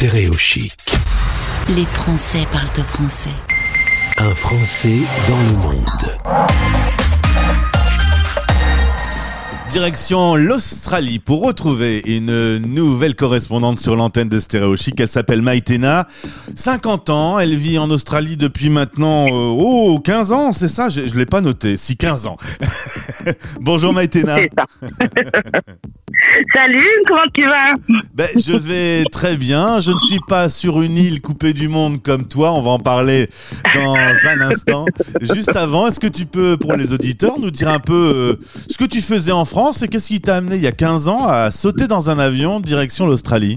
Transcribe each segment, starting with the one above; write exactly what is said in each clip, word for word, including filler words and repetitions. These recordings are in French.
Stéréo Chic. Les Français parlent français. Un Français dans le monde. Direction l'Australie pour retrouver une nouvelle correspondante sur l'antenne de Stéréo Chic. Elle s'appelle Maïtena, cinquante ans, elle vit en Australie depuis maintenant euh, oh, quinze ans, c'est ça? Je, je l'ai pas noté, si quinze ans. Bonjour Maïtena. C'est ça. Salut, comment tu vas? Ben, je vais très bien, je ne suis pas sur une île coupée du monde comme toi, on va en parler dans un instant. Juste avant, est-ce que tu peux, pour les auditeurs, nous dire un peu euh, ce que tu faisais en France et qu'est-ce qui t'a amené il y a quinze ans à sauter dans un avion direction l'Australie?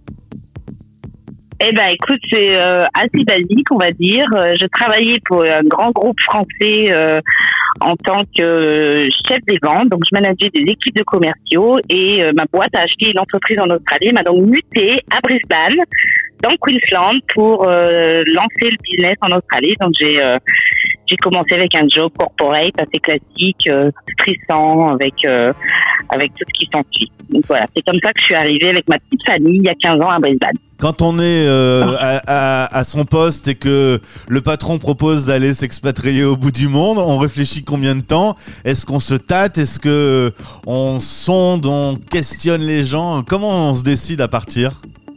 Eh ben, écoute, c'est euh, assez basique, on va dire. Euh, je travaillais pour un grand groupe français euh, en tant que euh, chef des ventes. Donc, je manageais des équipes de commerciaux et euh, ma boîte a acheté une entreprise en Australie. Elle m'a donc muté à Brisbane, dans Queensland, pour euh, lancer le business en Australie. Donc, j'ai euh, j'ai commencé avec un job corporate assez classique, euh, stressant, avec euh, avec tout ce qui s'ensuit. Donc voilà, c'est comme ça que je suis arrivée avec ma petite famille il y a quinze ans à Brisbane. Quand on est euh, à, à, à son poste et que le patron propose d'aller s'expatrier au bout du monde, on réfléchit combien de temps? Est-ce qu'on se tâte? Est-ce que on sonde, on questionne les gens? Comment on se décide à partir?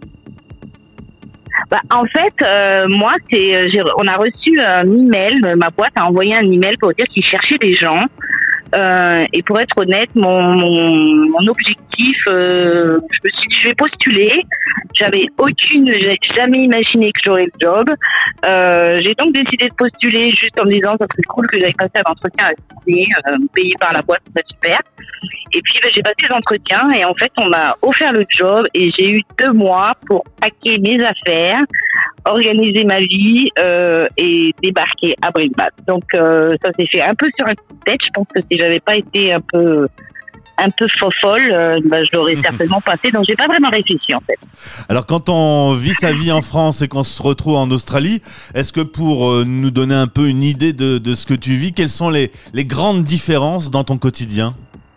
Bah, en fait, euh, moi, c'est, j'ai, on a reçu un email, ma boîte a envoyé un email pour dire qu'ils cherchaient des gens. Euh, et pour être honnête, mon, mon, mon objectif, euh, je me suis dit, je vais postuler. J'avais aucune, j'ai jamais imaginé que j'aurais le job. Euh, j'ai donc décidé de postuler juste en me disant, ça serait cool que j'aille passer un entretien à Sydney, euh, payé par la boîte, c'est super. Et puis, ben, j'ai passé l'entretien et en fait, on m'a offert le job et j'ai eu deux mois pour packer mes affaires, organiser ma vie euh, et débarquer à Brisbane. Donc, euh, ça s'est fait un peu sur un coup de tête. Je pense que si j'avais pas été un peu un peu fofolle, euh, ben, je l'aurais certainement passé. Donc, j'ai pas vraiment réfléchi en fait. Alors, quand on vit sa vie en France et qu'on se retrouve en Australie, est-ce que pour euh, nous donner un peu une idée de, de ce que tu vis, quelles sont les, les grandes différences dans ton quotidien?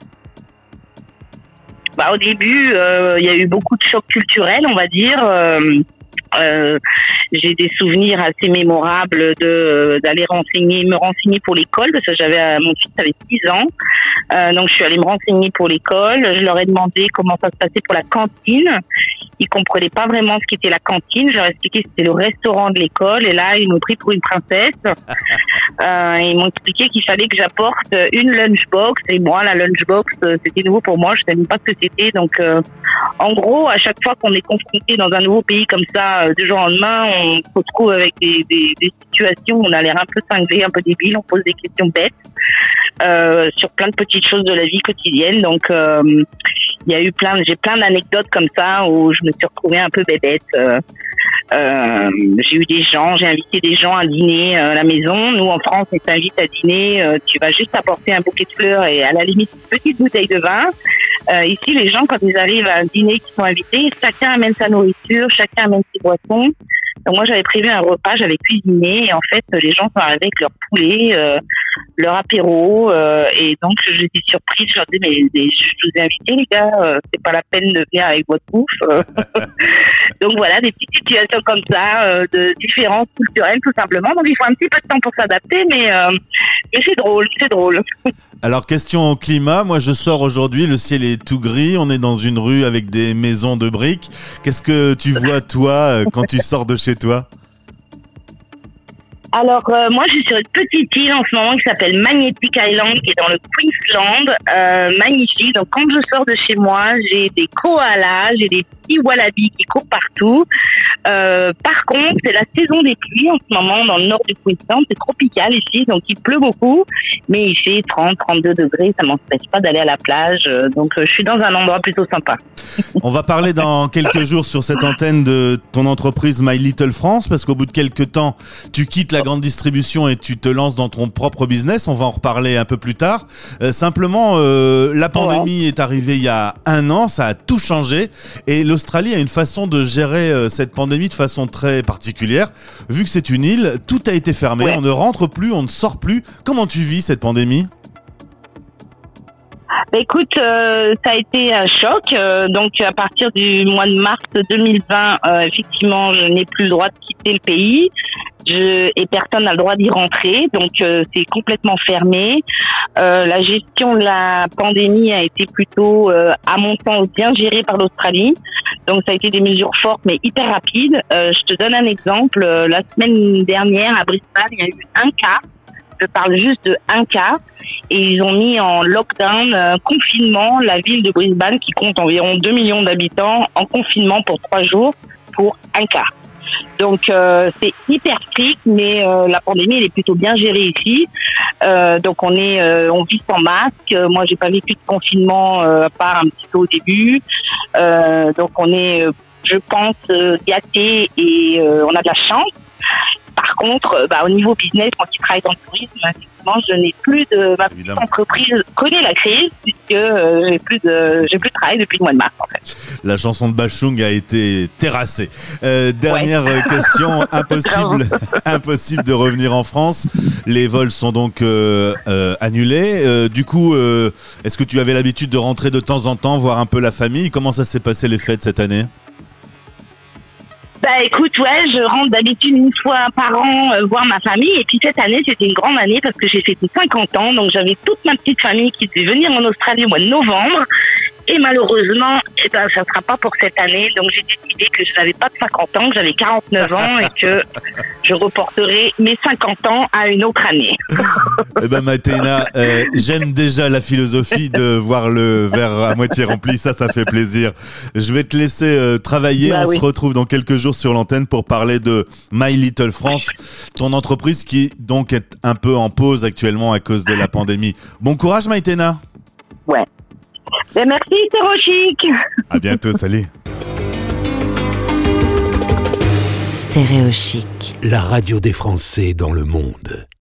Bah, au début, euh, il y a eu beaucoup de chocs culturels, on va dire. Euh, euh, j'ai des souvenirs assez mémorables de d'aller renseigner, me renseigner pour l'école parce que j'avais mon fils avait six ans. Euh, donc je suis allée me renseigner pour l'école. Je leur ai demandé comment ça se passait pour la cantine. Ils comprenaient pas vraiment ce qu'était la cantine. Je leur ai expliqué que c'était le restaurant de l'école et là ils m'ont pris pour une princesse. Euh, ils m'ont expliqué qu'il fallait que j'apporte une lunchbox et moi la lunchbox c'était nouveau pour moi, je savais même pas ce que c'était. Donc euh, en gros à chaque fois qu'on est confronté dans un nouveau pays comme ça euh, du jour au lendemain, on se retrouve avec des, des, des situations où on a l'air un peu cinglé, un peu débile, on pose des questions bêtes euh, sur plein de petites choses de la vie quotidienne. Donc euh, il y a eu plein, j'ai plein d'anecdotes comme ça où je me suis retrouvée un peu bébête. Euh, euh, j'ai eu des gens, j'ai invité des gens à dîner euh, à la maison. Nous en France, on t'invite à dîner, euh, tu vas juste apporter un bouquet de fleurs et à la limite une petite bouteille de vin. Euh, ici, les gens, quand ils arrivent à un dîner qui sont invités, chacun amène sa nourriture, chacun amène ses boissons. Donc moi, j'avais prévu un repas, j'avais cuisiné et en fait, les gens sont arrivés avec leur poulet, euh, leur apéro euh, et donc j'étais surprise. Je leur disais mais, mais je vous ai invité les gars, euh, c'est pas la peine de venir avec votre bouffe. Donc voilà, des petites situations comme ça, euh, de différences culturelles tout simplement. Donc il faut un petit peu de temps pour s'adapter, mais euh, mais c'est drôle, c'est drôle. Alors, question climat, moi je sors aujourd'hui, le ciel est tout gris, on est dans une rue avec des maisons de briques. Qu'est-ce que tu vois toi quand tu sors de chez toi? Alors, euh, moi, je suis sur une petite île en ce moment qui s'appelle Magnetic Island, qui est dans le Queensland. Euh, magnifique. Donc, quand je sors de chez moi, j'ai des koalas, j'ai des petits wallabies qui courent partout. Euh, par contre, c'est la saison des pluies en ce moment dans le nord du Queensland. C'est tropical ici, donc il pleut beaucoup. Mais il fait trente, trente-deux degrés. Ça m'empêche pas d'aller à la plage. Donc, euh, je suis dans un endroit plutôt sympa. On va parler dans quelques jours sur cette antenne de ton entreprise My Little France, parce qu'au bout de quelques temps, tu quittes la grande distribution et tu te lances dans ton propre business. On va en reparler un peu plus tard. Euh, simplement, euh, la pandémie est arrivée il y a un an, ça a tout changé et l'Australie a une façon de gérer euh, cette pandémie de façon très particulière. Vu que c'est une île, tout a été fermé, ouais. On ne rentre plus, on ne sort plus. Comment tu vis cette pandémie ? Bah, écoute, euh, ça a été un choc. Euh, donc, à partir du mois de mars deux mille vingt, euh, effectivement, je n'ai plus le droit de quitter le pays. Je, et personne n'a le droit d'y rentrer. Donc, euh, c'est complètement fermé. Euh, la gestion de la pandémie a été plutôt, euh, à mon sens, bien gérée par l'Australie. Donc, ça a été des mesures fortes, mais hyper rapides. Euh, je te donne un exemple. Euh, la semaine dernière, à Brisbane, il y a eu un cas. Je parle juste de un cas. Et ils ont mis en lockdown, euh, confinement, la ville de Brisbane, qui compte environ deux millions d'habitants, en confinement pour trois jours pour un cas. Donc, euh, c'est hyper strict, mais euh, la pandémie, elle est plutôt bien gérée ici. Euh, donc, on est, euh, on vit sans masque. Moi, j'ai pas vécu de confinement, euh, à part un petit peu au début. Euh, donc, on est, euh, je pense, euh, gâtés et euh, on a de la chance. Par contre, bah, au niveau business, moi qui travaille dans le tourisme, effectivement, je n'ai plus de ma petite entreprise connaît la crise puisque euh, j'ai plus de j'ai plus de travail depuis le mois de mars en fait. La chanson de Bachung a été terrassée. Euh, dernière ouais. question, impossible impossible de revenir en France. Les vols sont donc euh, euh, annulés. Euh, du coup, euh, est-ce que tu avais l'habitude de rentrer de temps en temps voir un peu la famille? Comment ça s'est passé les fêtes cette année? Bah écoute, ouais, je rentre d'habitude une fois par an euh, voir ma famille. Et puis cette année, c'était une grande année parce que j'ai fêté cinquante ans. Donc j'avais toute ma petite famille qui devait venir en Australie au mois de novembre. Et malheureusement, eh ben, ça ne sera pas pour cette année. Donc j'ai décidé que je n'avais pas de cinquante ans, que j'avais quarante-neuf ans et que je reporterai mes cinquante ans à une autre année. Eh ben Maïtena, euh, j'aime déjà la philosophie de voir le verre à moitié rempli. Ça, ça fait plaisir. Je vais te laisser euh, travailler. Bah, On oui. se retrouve dans quelques jours sur l'antenne pour parler de My Little France, ton entreprise qui donc est un peu en pause actuellement à cause de la pandémie. Bon courage Maïtena. Ouais. Ben merci, Stéréochic. À bientôt, salut. Stéréochic. La radio des Français dans le monde.